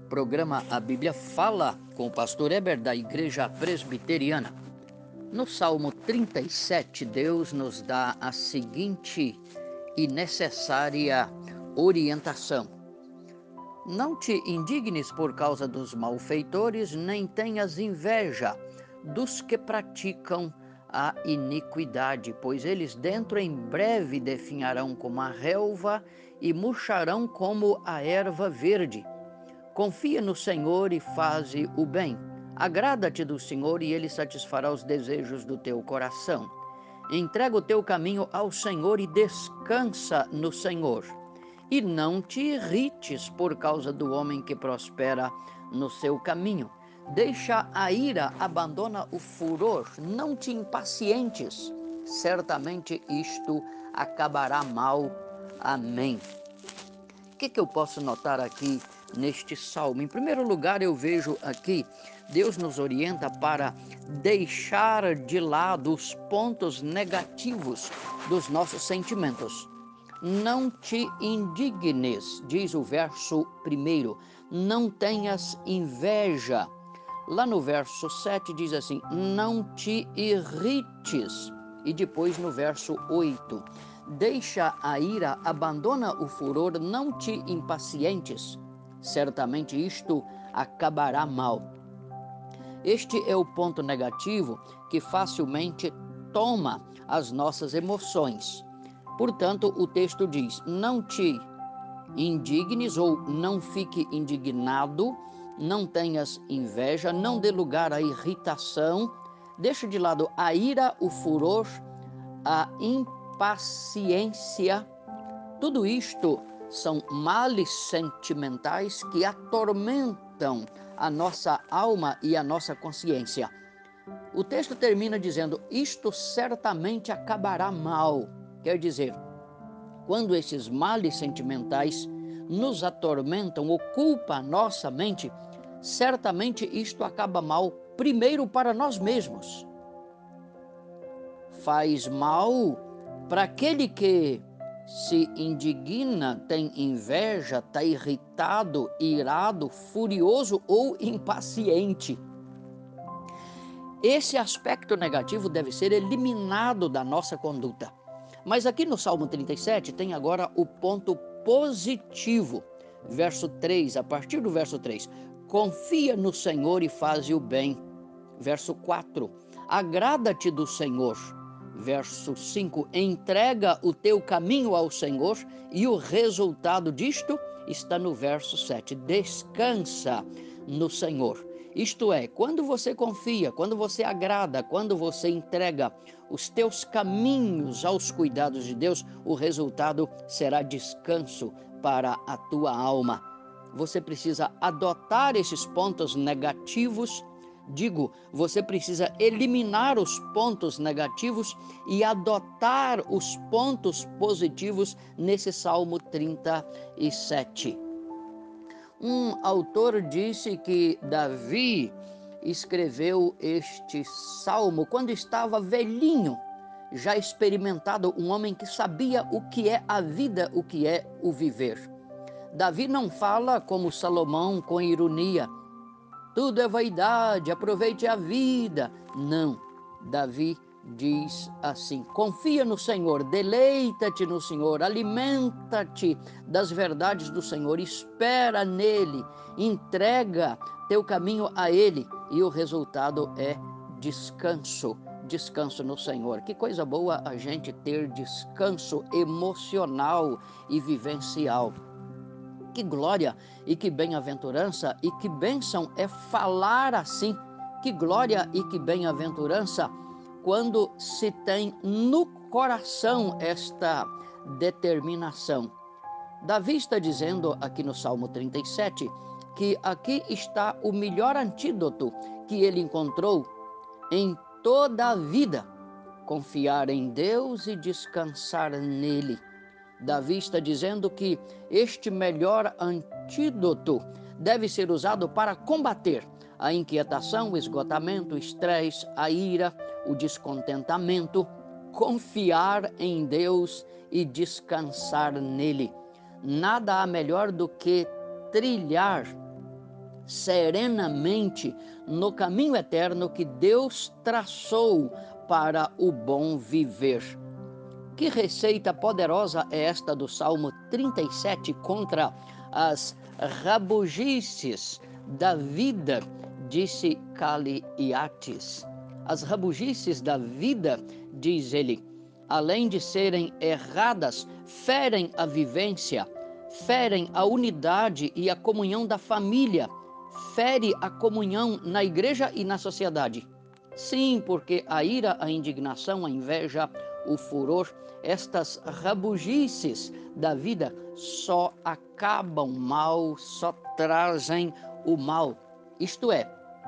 Programa A Bíblia Fala com o pastor Heber da Igreja Presbiteriana. No Salmo 37, Deus nos dá a seguinte e necessária orientação: não te indignes por causa dos malfeitores, nem tenhas inveja dos que praticam a iniquidade, pois eles dentro em breve definharão como a relva e murcharão como a erva verde. Confia no Senhor e faze o bem. Agrada-te do Senhor e Ele satisfará os desejos do teu coração. Entrega o teu caminho ao Senhor e descansa no Senhor. E não te irrites por causa do homem que prospera no seu caminho. Deixa a ira, abandona o furor, não te impacientes. Certamente isto acabará mal. Amém. O que eu posso notar aqui neste salmo? Em primeiro lugar, eu vejo aqui, Deus nos orienta para deixar de lado os pontos negativos dos nossos sentimentos. Não te indignes, diz o verso 1, não tenhas inveja. Lá no verso 7 diz assim, não te irrites. E depois no verso 8, deixa a ira, abandona o furor, não te impacientes. Certamente isto acabará mal. Este é o ponto negativo que facilmente toma as nossas emoções. Portanto, o texto diz, não te indignes ou não fique indignado, não tenhas inveja, não dê lugar à irritação, deixe de lado a ira, o furor, a impaciência. Tudo isto são males sentimentais que atormentam a nossa alma e a nossa consciência. O texto termina dizendo, isto certamente acabará mal. Quer dizer, quando esses males sentimentais nos atormentam, ocupam a nossa mente, certamente isto acaba mal, primeiro para nós mesmos. Faz mal para aquele que se indigna, tem inveja, está irritado, irado, furioso ou impaciente. Esse aspecto negativo deve ser eliminado da nossa conduta. Mas aqui no Salmo 37 tem agora o ponto positivo. Verso 3, a partir do verso 3. Confia no Senhor e faze o bem. Verso 4. Agrada-te do Senhor. Verso 5. Entrega o teu caminho ao Senhor e o resultado disto está no verso 7. Descansa no Senhor. Isto é, quando você confia, quando você agrada, quando você entrega os teus caminhos aos cuidados de Deus, o resultado será descanso para a tua alma. Você precisa adotar esses pontos negativos. Digo, você precisa eliminar os pontos negativos e adotar os pontos positivos nesse Salmo 37. Um autor disse que Davi escreveu este salmo quando estava velhinho, já experimentado, um homem que sabia o que é a vida, o que é o viver. Davi não fala como Salomão, com ironia, tudo é vaidade, aproveite a vida. Não, Davi diz assim, confia no Senhor, deleita-te no Senhor, alimenta-te das verdades do Senhor, espera nele, entrega teu caminho a ele e o resultado é descanso, descanso no Senhor. Que coisa boa a gente ter descanso emocional e vivencial. Que glória e que bem-aventurança e que bênção é falar assim. Que glória e que bem-aventurança quando se tem no coração esta determinação. Davi está dizendo aqui no Salmo 37 que aqui está o melhor antídoto que ele encontrou em toda a vida: confiar em Deus e descansar nele. Davi está dizendo que este melhor antídoto deve ser usado para combater a inquietação, o esgotamento, o estresse, a ira, o descontentamento, confiar em Deus e descansar nele. Nada há melhor do que trilhar serenamente no caminho eterno que Deus traçou para o bom viver. Que receita poderosa é esta do Salmo 37 contra as rabugices da vida, disse Caliates. As rabugices da vida, diz ele, além de serem erradas, ferem a vivência, ferem a unidade e a comunhão da família, fere a comunhão na igreja e na sociedade. Sim, porque a ira, a indignação, a inveja, o furor, estas rabugices da vida só acabam mal, só trazem o mal. Isto é,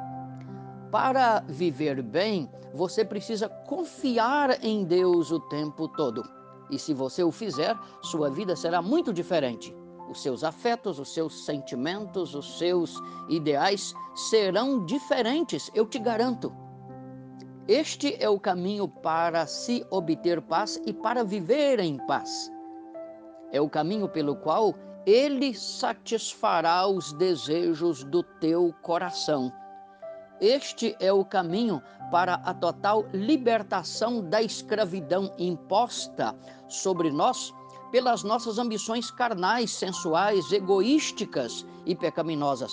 para viver bem, você precisa confiar em Deus o tempo todo. E se você o fizer, sua vida será muito diferente. Os seus afetos, os seus sentimentos, os seus ideais serão diferentes, eu te garanto. Este é o caminho para se obter paz e para viver em paz. É o caminho pelo qual Ele satisfará os desejos do teu coração. Este é o caminho para a total libertação da escravidão imposta sobre nós pelas nossas ambições carnais, sensuais, egoísticas e pecaminosas.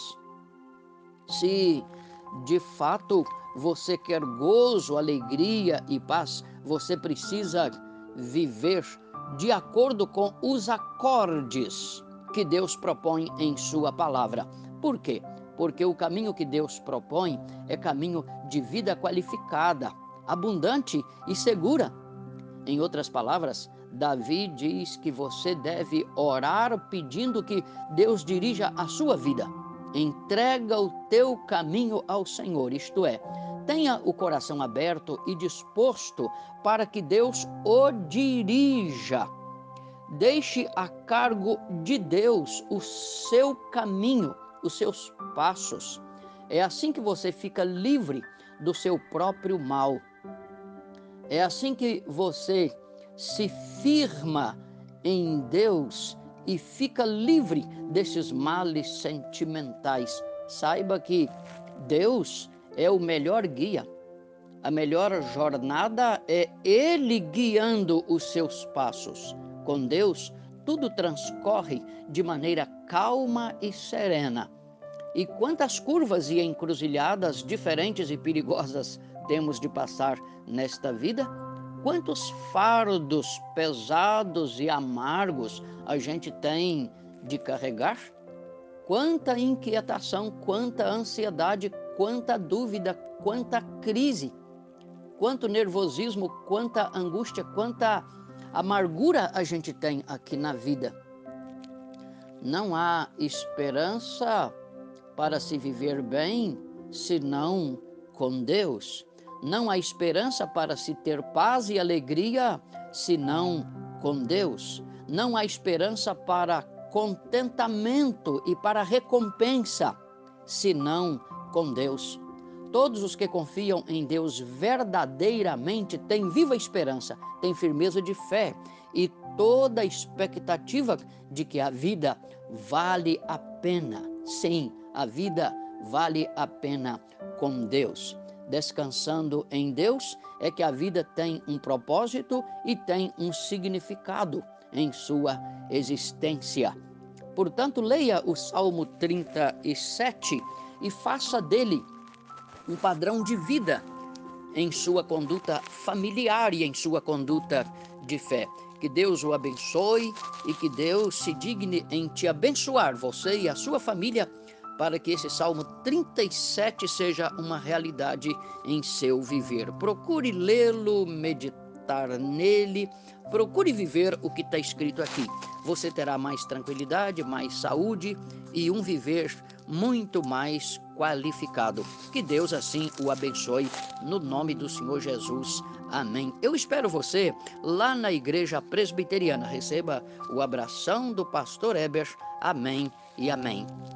Se de fato você quer gozo, alegria e paz, você precisa viver de acordo com os acordes que Deus propõe em sua palavra. Por quê? Porque o caminho que Deus propõe é caminho de vida qualificada, abundante e segura. Em outras palavras, Davi diz que você deve orar pedindo que Deus dirija a sua vida. Entrega o teu caminho ao Senhor, isto é, tenha o coração aberto e disposto para que Deus o dirija. Deixe a cargo de Deus o seu caminho, os seus passos. É assim que você fica livre do seu próprio mal. É assim que você se firma em Deus e fica livre desses males sentimentais. Saiba que Deus é o melhor guia. A melhor jornada é Ele guiando os seus passos. Com Deus, tudo transcorre de maneira calma e serena. E quantas curvas e encruzilhadas diferentes e perigosas temos de passar nesta vida? Quantos fardos pesados e amargos a gente tem de carregar? Quanta inquietação, quanta ansiedade, quanta dúvida, quanta crise, quanto nervosismo, quanta angústia, quanta amargura a gente tem aqui na vida. Não há esperança para se viver bem, senão com Deus. Não há esperança para se ter paz e alegria, senão com Deus. Não há esperança para contentamento e para recompensa, senão com Deus. Todos os que confiam em Deus verdadeiramente têm viva esperança, têm firmeza de fé e toda a expectativa de que a vida vale a pena. Sim, a vida vale a pena com Deus. Descansando em Deus é que a vida tem um propósito e tem um significado em sua existência. Portanto, leia o Salmo 37 e faça dele um padrão de vida em sua conduta familiar e em sua conduta de fé. Que Deus o abençoe e que Deus se digne em te abençoar, você e a sua família, para que esse Salmo 37 seja uma realidade em seu viver. Procure lê-lo, meditar nele, procure viver o que está escrito aqui. Você terá mais tranquilidade, mais saúde e um viver muito mais qualificado. Que Deus assim o abençoe, no nome do Senhor Jesus. Amém. Eu espero você lá na Igreja Presbiteriana. Receba o abração do pastor Heber. Amém e amém.